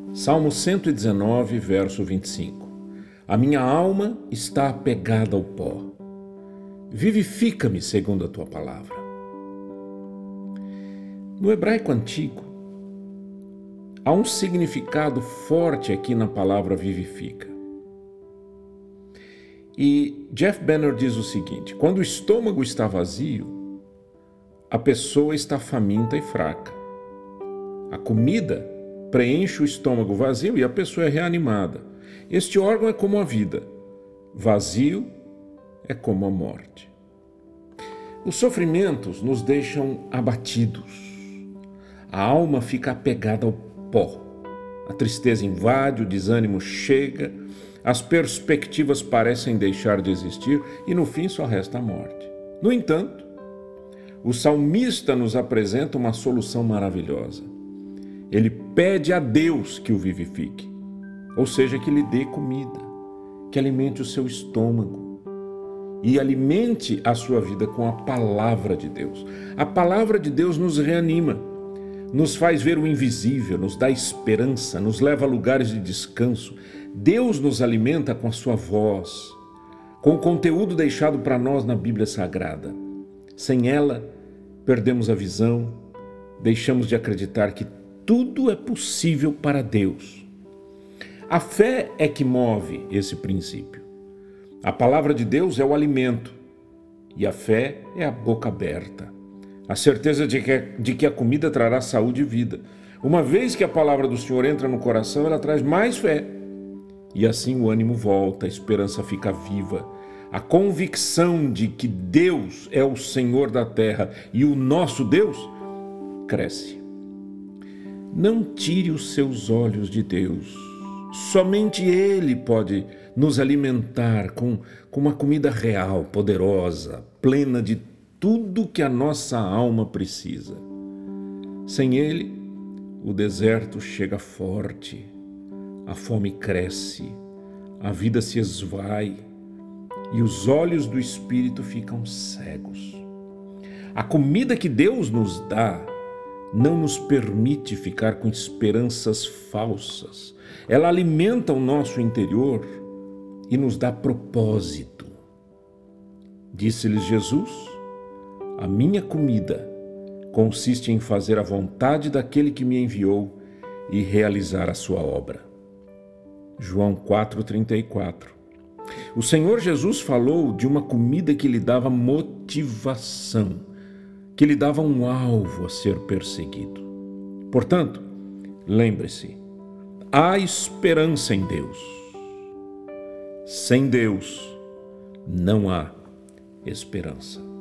Salmo 119, verso 25. A minha alma está apegada ao pó. Vivifica-me segundo a tua palavra. No hebraico antigo, há um significado forte aqui na palavra vivifica. E Jeff Benner diz o seguinte: quando o estômago está vazio, a pessoa está faminta e fraca. A comida preenche o estômago vazio e a pessoa é reanimada. Este órgão é como a vida, vazio é como a morte. Os sofrimentos nos deixam abatidos. A alma fica apegada ao pó. A tristeza invade, o desânimo chega, as perspectivas parecem deixar de existir e no fim só resta a morte. No entanto, o salmista nos apresenta uma solução maravilhosa. Ele pede a Deus que o vivifique, ou seja, que lhe dê comida, que alimente o seu estômago e alimente a sua vida com a palavra de Deus. A palavra de Deus nos reanima, nos faz ver o invisível, nos dá esperança, nos leva a lugares de descanso. Deus nos alimenta com a sua voz, com o conteúdo deixado para nós na Bíblia Sagrada. Sem ela, perdemos a visão, deixamos de acreditar que tudo é possível para Deus. A fé é que move esse princípio. A palavra de Deus é o alimento e a fé é a boca aberta. A certeza de que a comida trará saúde e vida. Uma vez que a palavra do Senhor entra no coração, ela traz mais fé. E assim o ânimo volta, a esperança fica viva. A convicção de que Deus é o Senhor da terra e o nosso Deus cresce. Não tire os seus olhos de Deus. Somente Ele pode nos alimentar com uma comida real, poderosa, plena de tudo que a nossa alma precisa. Sem Ele, o deserto chega forte, a fome cresce, a vida se esvai e os olhos do Espírito ficam cegos. A comida que Deus nos dá não nos permite ficar com esperanças falsas. Ela alimenta o nosso interior e nos dá propósito. Disse-lhes Jesus: a minha comida consiste em fazer a vontade daquele que me enviou e realizar a sua obra. João 4,34. O Senhor Jesus falou de uma comida que lhe dava motivação, que lhe dava um alvo a ser perseguido. Portanto, lembre-se, há esperança em Deus. Sem Deus, não há esperança.